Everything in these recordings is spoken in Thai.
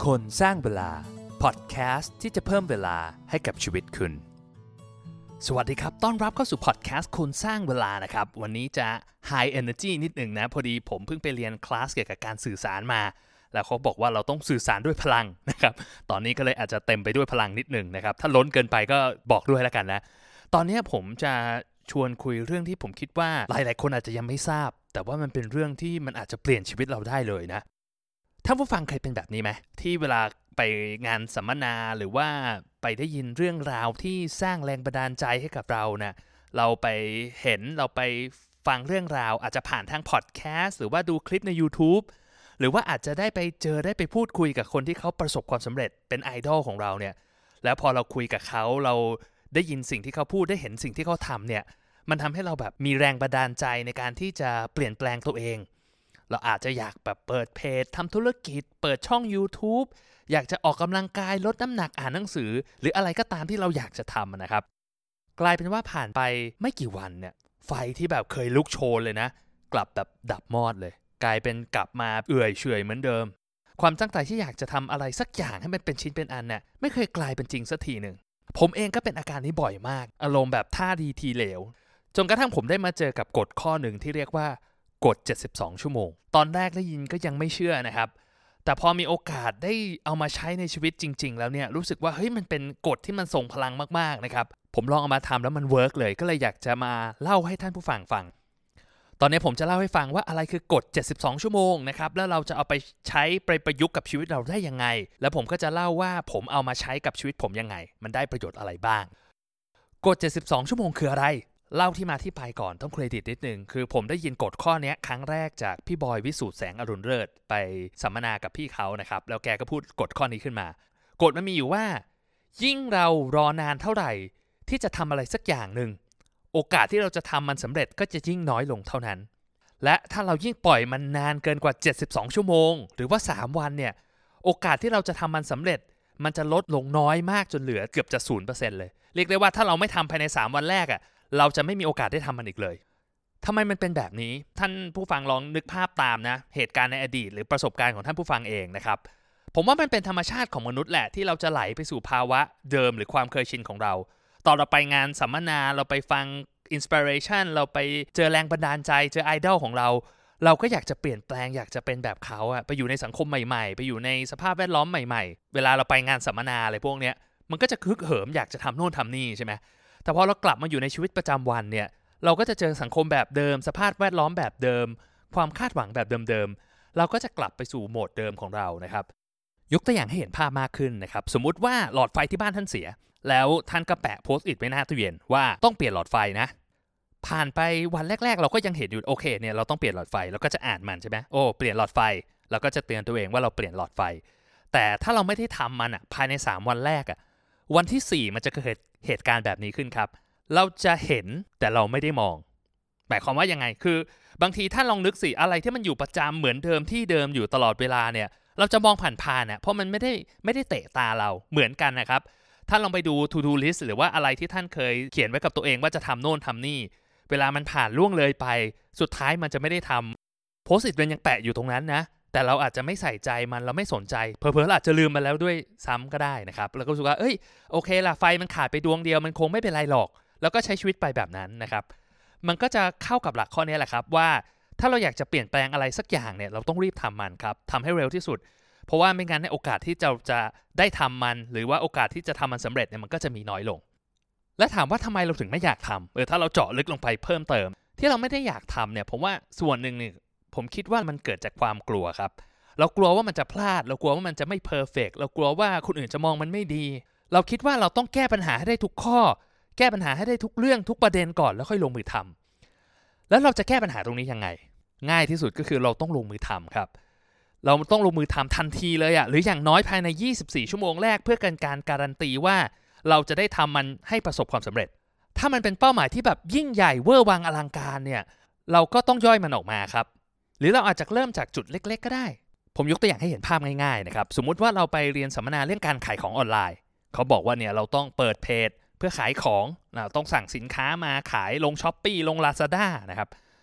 คนสร้างเวลาพอดแคสต์ที่จะเพิ่มเวลาให้กับชีวิตคุณสวัสดีครับต้อนรับเข้าสู่พอดแคสต์คนสร้างเวลานะครับวันนี้จะ High Energy นิดหนึ่งนะพอดีผมเพิ่งไปเรียนคลาสเกี่ยวกับการสื่อสารมาแล้วเขาบอกว่าเราต้องสื่อสารด้วยพลังนะครับตอนนี้ก็เลยอาจจะเต็มไปด้วยพลังนิดหนึ่งนะครับถ้าล้นเกินไปก็บอกด้วยแล้วกันนะตอนนี้ผมจะชวนคุยเรื่องที่ผมคิดว่าหลายๆคนอาจจะยังไม่ทราบแต่ว่ามันเป็นเรื่องที่มันอาจจะเปลี่ยนชีวิตเราได้เลยนะท่านผู้ฟังเคยเป็นแบบนี้ไหมที่เวลาไปงานสัมมนาหรือว่าไปได้ยินเรื่องราวที่สร้างแรงบันดาลใจให้กับเรานะเราไปเห็นเราไปฟังเรื่องราวอาจจะผ่านทางพอดแคสต์หรือว่าดูคลิปใน YouTube หรือว่าอาจจะได้ไปเจอได้ไปพูดคุยกับคนที่เขาประสบความสำเร็จเป็นไอดอลของเราเนี่ยแล้วพอเราคุยกับเขาเราได้ยินสิ่งที่เขาพูดได้เห็นสิ่งที่เขาทำเนี่ยมันทำให้เราแบบมีแรงบันดาลใจในการที่จะเปลี่ยนแปลงตัวเองเราอาจจะอยากแบบเปิดเพจทำธุรกิจเปิดช่อง YouTube อยากจะออกกำลังกายลดน้ำหนักอ่านหนังสือหรืออะไรก็ตามที่เราอยากจะทำนะครับกลายเป็นว่าผ่านไปไม่กี่วันเนี่ยไฟที่แบบเคยลุกโชนเลยนะกลับแบบดับมอดเลยกลายเป็นกลับมาเอื่อยเฉยเหมือนเดิมความตั้งใจที่อยากจะทำอะไรสักอย่างให้มันเป็นชิ้นเป็นอันเนี่ยไม่เคยกลายเป็นจริงสักทีหนึ่งผมเองก็เป็นอาการนี้บ่อยมากอารมณ์แบบท่าดีทีเหลวจนกระทั่งผมได้มาเจอกับกฎข้อหนึ่งที่เรียกว่ากฎ72ชั่วโมงตอนแรกได้ยินก็ยังไม่เชื่อนะครับแต่พอมีโอกาสได้เอามาใช้ในชีวิตจริงๆแล้วเนี่ยรู้สึกว่าเฮ้ยมันเป็นกฎที่มันทรงพลังมากๆนะครับผมลองเอามาทำแล้วมันเวิร์กเลยก็เลยอยากจะมาเล่าให้ท่านผู้ฟังฟังตอนนี้ผมจะเล่าให้ฟังว่าอะไรคือกฎ72ชั่วโมงนะครับแล้วเราจะเอาไปใช้ไปประยุกต์กับชีวิตเราได้ยังไงแล้วผมก็จะเล่าว่าผมเอามาใช้กับชีวิตผมยังไงมันได้ประโยชน์อะไรบ้างกฎ72ชั่วโมงคืออะไรเล่าที่มาที่ไปก่อนต้องเครดิตนิดนึงคือผมได้ยินกฎข้อนี้ครั้งแรกจากพี่บอยวิสูตรแสงอรุณเลิศไปสัมมนากับพี่เขานะครับแล้วแกก็พูดกฎข้อนี้ขึ้นมากฎมันมีอยู่ว่ายิ่งเรารอนานเท่าไหร่ที่จะทำอะไรสักอย่างหนึ่งโอกาสที่เราจะทำมันสำเร็จก็จะยิ่งน้อยลงเท่านั้นและถ้าเรายิ่งปล่อยมันนานเกินกว่า72ชั่วโมงหรือว่า3วันเนี่ยโอกาสที่เราจะทำมันสำเร็จมันจะลดลงน้อยมากจนเหลือเกือบจะ 0% เลยเรียกได้ว่าถ้าเราไม่ทำภายใน3วันแรกเราจะไม่มีโอกาสได้ทำมันอีกเลยทำไมมันเป็นแบบนี้ท่านผู้ฟังลองนึกภาพตามนะเหตุการณ์ในอดีตหรือประสบการณ์ของท่านผู้ฟังเองนะครับผมว่ามันเป็นธรรมชาติของมนุษย์แหละที่เราจะไหลไปสู่ภาวะเดิมหรือความเคยชินของเราตอนเราไปงานสัมมนาเราไปฟังอินสปิเรชันเราไปเจอแรงบันดาลใจเจอไอดอลของเราก็อยากจะเปลี่ยนแปลงอยากจะเป็นแบบเขาไปอยู่ในสังคมใหม่ๆไปอยู่ในสภาพแวดล้อมใหม่ๆเวลาเราไปงานสัมมนาอะไรพวกเนี้ยมันก็จะฮึกเหิมอยากจะทำโน่นทำนี่ใช่ไหมแต่พอเรากลับมาอยู่ในชีวิตประจำวันเนี่ยเราก็จะเจอสังคมแบบเดิมสภาพแวดล้อมแบบเดิมความคาดหวังแบบเดิมๆเราก็จะกลับไปสู่โหมดเดิมของเรานะครับยกตัวอย่างให้เห็นภาพมากขึ้นนะครับสมมุติว่าหลอดไฟที่บ้านท่านเสียแล้วท่านก็แปะโพสต์อิทไว้หน้าตู้เย็นว่าต้องเปลี่ยนหลอดไฟนะผ่านไปวันแรกๆเราก็ยังเห็นอยู่โอเคเนี่ยเราต้องเปลี่ยนหลอดไฟแล้วก็จะอ่านมันใช่ไหมโอ้เปลี่ยนหลอดไฟเราก็จะเตือนตัวเองว่าเราเปลี่ยนหลอดไฟแต่ถ้าเราไม่ได้ทำมันภายใน3วันแรกวันที่4มันจะเกิดเหตุการณ์แบบนี้ขึ้นครับเราจะเห็นแต่เราไม่ได้มองหมายความว่ายังไงคือบางทีท่านลองนึกสิอะไรที่มันอยู่ประจำเหมือนเดิมที่เดิมอยู่ตลอดเวลาเนี่ยเราจะมองผ่านๆเพราะมันไม่ได้เตะตาเราเหมือนกันนะครับท่านลองไปดู to do list หรือว่าอะไรที่ท่านเคยเขียนไว้กับตัวเองว่าจะทำโน่นทำนี่เวลามันผ่านล่วงเลยไปสุดท้ายมันจะไม่ได้ทำโพสต์อิทมันยังแปะอยู่ตรงนั้นนะแต่เราอาจจะไม่ใส่ใจมันเราไม่สนใจเผลอๆเราอาจจะลืมมันแล้วด้วยซ้ำก็ได้นะครับแล้วก็รู้สึกว่าโอเคล่ะไฟมันขาดไปดวงเดียวมันคงไม่เป็นไรหรอกแล้วก็ใช้ชีวิตไปแบบนั้นนะครับมันก็จะเข้ากับหลักข้อนี้แหละครับว่าถ้าเราอยากจะเปลี่ยนแปลงอะไรสักอย่างเนี่ยเราต้องรีบทำมันครับทำให้เร็วที่สุดเพราะว่าไม่งั้นในโอกาสที่จะได้ทำมันหรือว่าโอกาสที่จะทำมันสำเร็จเนี่ยมันก็จะมีน้อยลงและถามว่าทำไมเราถึงไม่อยากทำถ้าเราเจาะลึกลงไปเพิ่มเติมที่เราไม่ได้อยากทำเนี่ยผมว่าส่วนหนึ่งเนี่ยผมคิดว่ามันเกิดจากความกลัวครับเรากลัวว่ามันจะพลาดเรากลัวว่ามันจะไม่เพอร์เฟกต์เรากลัวว่าคนอื่นจะมองมันไม่ดีเราคิดว่าเราต้องแก้ปัญหาให้ได้ทุกข้อแก้ปัญหาให้ได้ทุกเรื่องทุกประเด็นก่อนแล้วค่อยลงมือทำแล้วเราจะแก้ปัญหาตรงนี้ยังไงง่ายที่สุดก็คือเราต้องลงมือทำครับเราต้องลงมือทำทันทีเลยหรืออย่างน้อยภายใน24ชั่วโมงแรกเพื่อการการันตีว่าเราจะได้ทำมันให้ประสบความสำเร็จถ้ามันเป็นเป้าหมายที่แบบยิ่งใหญ่เวอร์วังอลังการเนี่ยเราก็ต้องย่อยมันออกมาครับหรือเราอาจจะเริ่มจากจุดเล็กๆก็ได้ผมยกตัวอย่างให้เห็นภาพง่ายๆนะครับสมมุติว่าเราไปเรียนสัมมนาเรื่องการขายของออนไลน์เขาบอกว่าเนี่ยเราต้องเปิดเพจเพื่อขายของต้องสั่งสินค้ามาขายลง Shopee ลง Lazada นะครับ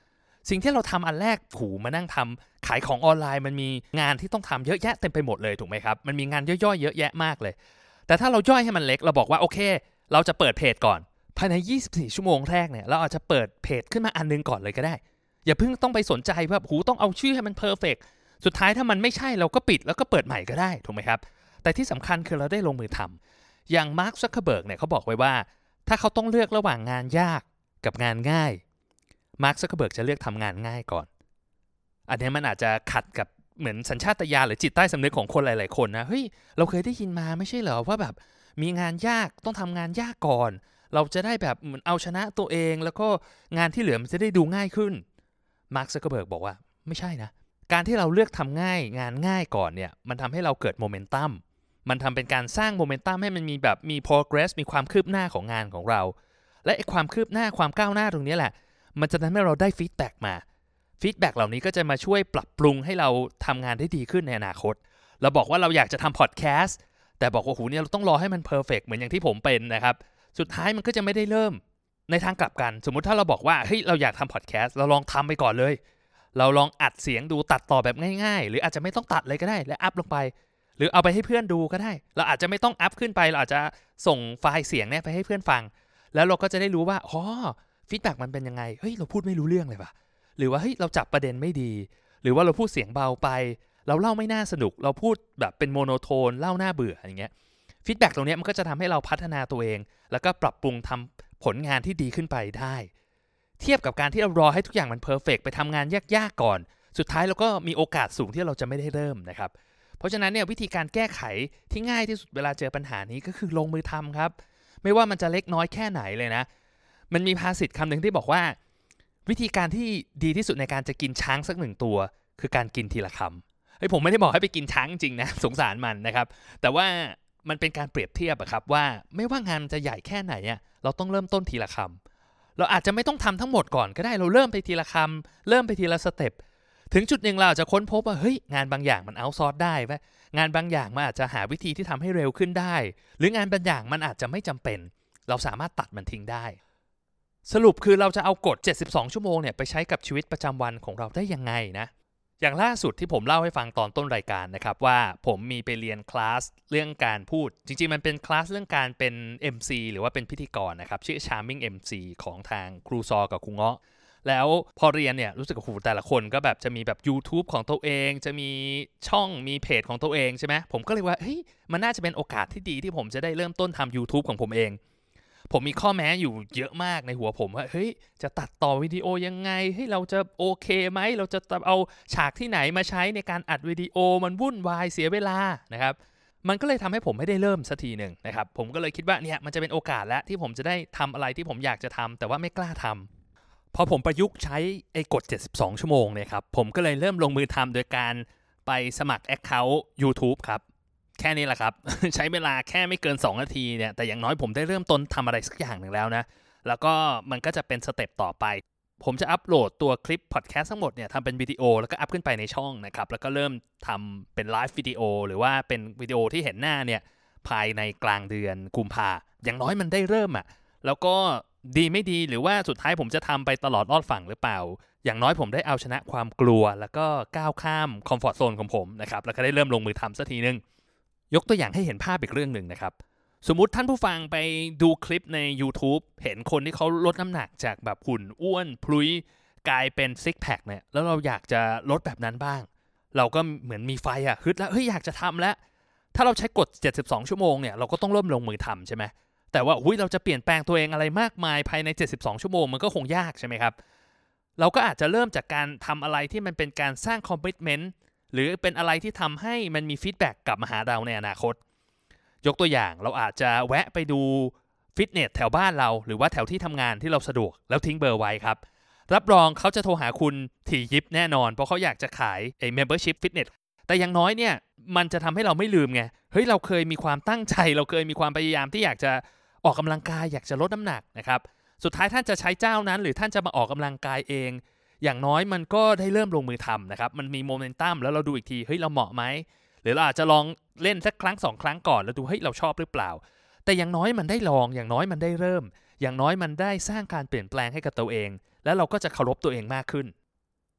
สิ่งที่เราทำอันแรกมานั่งทำขายของออนไลน์มันมีงานที่ต้องทำเยอะแยะเต็มไปหมดเลยถูกไหมครับมันมีงานย่อยๆเยอะแยะมากเลยแต่ถ้าเราย่อยให้มันเล็กเราบอกว่าโอเคเราจะเปิดเพจก่อนภายใน24ชั่วโมงแรกเนี่ยเราอาจจะเปิดเพจขึ้นมาอันนึงก่อนเลยก็ได้อย่าเพิ่งต้องไปสนใจว่าต้องเอาชื่อให้มันเพอร์เฟกต์สุดท้ายถ้ามันไม่ใช่เราก็ปิดแล้วก็เปิดใหม่ก็ได้ถูกไหมครับแต่ที่สำคัญคือเราได้ลงมือทำอย่างมาร์ค ซักเคอร์เบิร์กเนี่ยเขาบอกไว้ว่าถ้าเขาต้องเลือกระหว่างงานยากกับงานง่ายมาร์ค ซักเคอร์เบิร์กจะเลือกทำงานง่ายก่อนอันนี้มันอาจจะขัดกับเหมือนสัญชาตญาณหรือจิตใต้สำนึกของคนหลายๆคนนะเฮ้ยเราเคยได้ยินมาไม่ใช่เหรอว่าแบบมีงานยากต้องทำงานยากก่อนเราจะได้แบบเหมือนเอาชนะตัวเองแล้วก็งานที่เหลือมันจะได้ดูง่ายขึ้นมาร์ค ซักเคอร์เบิร์กบอกว่าไม่ใช่นะการที่เราเลือกทำง่ายงานง่ายก่อนเนี่ยมันทำให้เราเกิดโมเมนตัมมันทำเป็นการสร้างโมเมนตัมให้มันมีแบบมี progress มีความคืบหน้าของงานของเราและไอ้ความคืบหน้าความก้าวหน้าตรงนี้แหละมันจะทำให้เราได้ฟีดแบ็กมาฟีดแบ็กเหล่านี้ก็จะมาช่วยปรับปรุงให้เราทำงานได้ดีขึ้นในอนาคตเราบอกว่าเราอยากจะทำพอดแคสต์แต่บอกว่าเนี่ยเราต้องรอให้มันเพอร์เฟกต์เหมือนอย่างที่ผมเป็นนะครับสุดท้ายมันก็จะไม่ได้เริ่มในทางกลับกันสมมุติถ้าเราบอกว่าเฮ้ยเราอยากทำพอดแคสต์เราลองทำไปก่อนเลยเราลองอัดเสียงดูตัดต่อแบบง่ายๆหรืออาจจะไม่ต้องตัดเลยก็ได้และอัพลงไปหรือเอาไปให้เพื่อนดูก็ได้เราอาจจะไม่ต้องอัพขึ้นไปเราอาจจะส่งไฟล์เสียงเนี่ยไปให้เพื่อนฟังแล้วเราก็จะได้รู้ว่าฟีดแบ็กมันเป็นยังไงเฮ้ยเราพูดไม่รู้เรื่องเลยว่ะหรือว่าเฮ้ยเราจับประเด็นไม่ดีหรือว่าเราพูดเสียงเบาไปเราเล่าไม่น่าสนุกเราพูดแบบเป็นโมโนโทนเล่าน่าเบื่ออย่างเงี้ยฟีดแบ็กตรงนี้มันก็จะทำให้เราพัฒนาตัวเองแล้วก็ปรับปรุงทำผลงานที่ดีขึ้นไปได้เทียบกับการที่เรารอให้ทุกอย่างมันเพอร์เฟกต์ไปทำงานยากๆก่อนสุดท้ายเราก็มีโอกาสสูงที่เราจะไม่ได้เริ่มนะครับเพราะฉะนั้นเนี่ยวิธีการแก้ไขที่ง่ายที่สุดเวลาเจอปัญหานี้ก็คือลงมือทำครับไม่ว่ามันจะเล็กน้อยแค่ไหนเลยนะมันมีภาษิตคำหนึ่งที่บอกว่าวิธีการที่ดีที่สุดในการจะกินช้างสักหนึ่งตัวคือการกินทีละคำผมไม่ได้บอกให้ไปกินช้างจริงนะสงสารมันนะครับแต่ว่ามันเป็นการเปรียบเทียบครับว่าไม่ว่างานมันจะใหญ่แค่ไหนเราต้องเริ่มต้นทีละคำเราอาจจะไม่ต้องทำทั้งหมดก่อนก็ได้เราเริ่มไปทีละคำเริ่มไปทีละสเต็ปถึงจุดหนึ่งเราจะค้นพบว่าเฮ้ยงานบางอย่างมันเอาท์ซอร์สได้ไหมงานบางอย่างมันอาจจะหาวิธีที่ทำให้เร็วขึ้นได้หรืองานบางอย่างมันอาจจะไม่จำเป็นเราสามารถตัดมันทิ้งได้สรุปคือเราจะเอากฎ72ชั่วโมงเนี่ยไปใช้กับชีวิตประจำวันของเราได้ยังไงนะอย่างล่าสุดที่ผมเล่าให้ฟังตอนต้นรายการนะครับว่าผมมีไปเรียนคลาสเรื่องการพูดจริงๆมันเป็นคลาสเรื่องการเป็น MC หรือว่าเป็นพิธีกรนะครับชื่อ Charming MC ของทางครูซอกับครูเงาะแล้วพอเรียนเนี่ยรู้สึกว่าแต่ละคนก็แบบจะมีแบบ YouTube ของตัวเองจะมีช่องมีเพจของตัวเองใช่ไหมผมก็เลยว่าเฮ้ยมันน่าจะเป็นโอกาสที่ดีที่ผมจะได้เริ่มต้นทำ YouTube ของผมเองผมมีข้อแม้อยู่เยอะมากในหัวผมว่าเฮ้ยจะตัดต่อวิดีโอยังไงเฮ้ยเราจะโอเคไหมเราจะเอาฉากที่ไหนมาใช้ในการอัดวิดีโอมันวุ่นวายเสียเวลานะครับมันก็เลยทำให้ผมไม่ได้เริ่มสักทีหนึ่งนะครับผมก็เลยคิดว่าเนี่ยมันจะเป็นโอกาสแล้วที่ผมจะได้ทำอะไรที่ผมอยากจะทำแต่ว่าไม่กล้าทำพอผมประยุกต์ใช้ไอ้กฎ72ชั่วโมงเนี่ยครับผมก็เลยเริ่มลงมือทำโดยการไปสมัคร Account YouTube ครับแค่นี้แหละครับ ใช้เวลาแค่ไม่เกิน2นาทีเนี่ยแต่อย่างน้อยผมได้เริ่มต้นทำอะไรสักอย่างหนึ่งแล้วนะแล้วก็มันก็จะเป็นสเต็ปต่อไปผมจะอัปโหลดตัวคลิปพอดแคสต์ทั้งหมดเนี่ยทำเป็นวิดีโอแล้วก็อัพขึ้นไปในช่องนะครับแล้วก็เริ่มทำเป็นไลฟ์วิดีโอหรือว่าเป็นวิดีโอที่เห็นหน้าเนี่ยภายในกลางเดือนกุมภาอย่างน้อยมันได้เริ่มแล้วก็ดีไม่ดีหรือว่าสุดท้ายผมจะทำไปตลอดรอดฝั่งหรือเปล่าอย่างน้อยผมได้เอาชนะความกลัวแล้วก็ก้าวข้ามคอมฟอร์ตโซนของผมนะครับแล้วก็ได้เริ่มลงมือทำสักทีนึงยกตัวอย่างให้เห็นภาพอีกเรื่องหนึ่งนะครับสมมุติท่านผู้ฟังไปดูคลิปใน YouTube เห็นคนที่เขาลดน้ำหนักจากแบบหุ่นอ้วนพลุยกลายเป็นซิกแพคเนี่ยแล้วเราอยากจะลดแบบนั้นบ้างเราก็เหมือนมีไฟฮึดแล้วเฮ้ยอยากจะทำแล้วถ้าเราใช้กฎ72ชั่วโมงเนี่ยเราก็ต้องเริ่มลงมือทำใช่ไหมแต่ว่าเราจะเปลี่ยนแปลงตัวเองอะไรมากมายภายใน72ชั่วโมงมันก็คงยากใช่ไหมครับเราก็อาจจะเริ่มจากการทำอะไรที่มันเป็นการสร้างคอมมิตเมนต์หรือเป็นอะไรที่ทำให้มันมีฟีดแบ็กกลับมาหาเราในอนาคตยกตัวอย่างเราอาจจะแวะไปดูฟิตเนสแถวบ้านเราหรือว่าแถวที่ทำงานที่เราสะดวกแล้วทิ้งเบอร์ไว้ครับรับรองเขาจะโทรหาคุณถี่ยิบแน่นอนเพราะเขาอยากจะขายmembership fitness แต่อย่างน้อยเนี่ยมันจะทำให้เราไม่ลืมไงเฮ้ยเราเคยมีความตั้งใจเราเคยมีความพยายามที่อยากจะออกกำลังกายอยากจะลดน้ำหนักนะครับสุดท้ายท่านจะใช้เจ้านั้นหรือท่านจะมาออกกำลังกายเองอย่างน้อยมันก็ได้เริ่มลงมือทำนะครับมันมีโมเมนตัมแล้วเราดูอีกทีเฮ้ยเราเหมาะไหมหรือเราอาจจะลองเล่นสักครั้ง2ครั้งก่อนแล้วดูเฮ้ยเราชอบหรือเปล่าแต่อย่างน้อยมันได้ลองอย่างน้อยมันได้เริ่มอย่างน้อยมันได้สร้างการเปลี่ยนแปลงให้กับตัวเองแล้วเราก็จะเคารพตัวเองมากขึ้น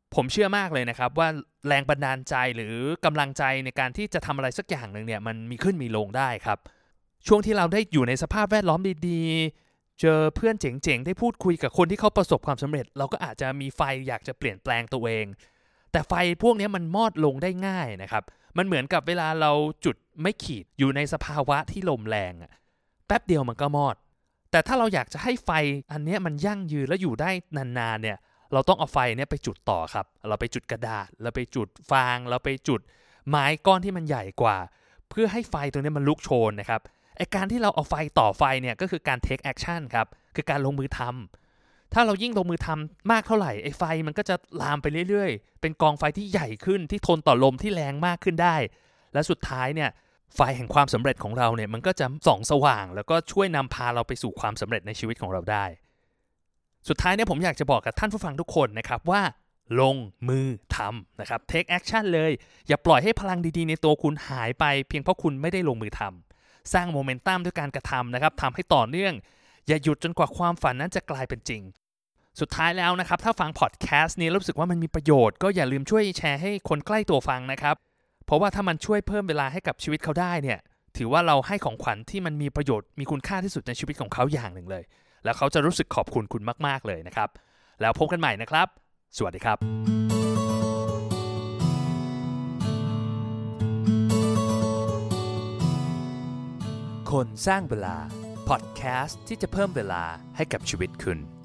ผมเชื่อมากเลยนะครับว่าแรงบันดาลใจหรือกำลังใจในการที่จะทำอะไรสักอย่างหนึ่งเนี่ยมันมีขึ้นมีลงได้ครับช่วงที่เราได้อยู่ในสภาพแวดล้อมดีๆเจอเพื่อนเจ๋งๆได้พูดคุยกับคนที่เขาประสบความสำเร็จเราก็อาจจะมีไฟอยากจะเปลี่ยนแปลงตัวเองแต่ไฟพวกนี้มันมอดลงได้ง่ายนะครับมันเหมือนกับเวลาเราจุดไม่ขีดอยู่ในสภาวะที่ลมแรงแป๊บเดียวมันก็มอดแต่ถ้าเราอยากจะให้ไฟอันนี้มันยั่งยืนและอยู่ได้นานๆเนี่ยเราต้องเอาไฟเนี่ยไปจุดต่อครับเราไปจุดกระดาษเราไปจุดฟางเราไปจุดไม้ก้อนที่มันใหญ่กว่าเพื่อให้ไฟตรงนี้มันลุกโชนนะครับไอการที่เราเอาไฟต่อไฟเนี่ยก็คือการ take action ครับคือการลงมือทำถ้าเรายิ่งลงมือทำมากเท่าไหร่ไอไฟมันก็จะลามไปเรื่อยๆเป็นกองไฟที่ใหญ่ขึ้นที่ทนต่อลมที่แรงมากขึ้นได้และสุดท้ายเนี่ยไฟแห่งความสำเร็จของเราเนี่ยมันก็จะส่องสว่างแล้วก็ช่วยนำพาเราไปสู่ความสำเร็จในชีวิตของเราได้สุดท้ายเนี่ยผมอยากจะบอกกับท่านผู้ฟังทุกคนนะครับว่าลงมือทำนะครับ take action เลยอย่าปล่อยให้พลังดีๆในตัวคุณหายไปเพียงเพราะคุณไม่ได้ลงมือทำสร้างโมเมนตัมด้วยการกระทำนะครับทำให้ต่อเนื่องอย่าหยุดจนกว่าความฝันนั้นจะกลายเป็นจริงสุดท้ายแล้วนะครับถ้าฟังพอดแคสต์นี้รู้สึกว่ามันมีประโยชน์ก็อย่าลืมช่วยแชร์ให้คนใกล้ตัวฟังนะครับเพราะว่าถ้ามันช่วยเพิ่มเวลาให้กับชีวิตเขาได้เนี่ยถือว่าเราให้ของขวัญที่มันมีประโยชน์มีคุณค่าที่สุดในชีวิตของเขาอย่างหนึ่งเลยแล้วเขาจะรู้สึกขอบคุณคุณมากๆเลยนะครับแล้วพบกันใหม่นะครับสวัสดีครับคนสร้างเวลาพอดแคสต์ที่จะเพิ่มเวลาให้กับชีวิตคุณ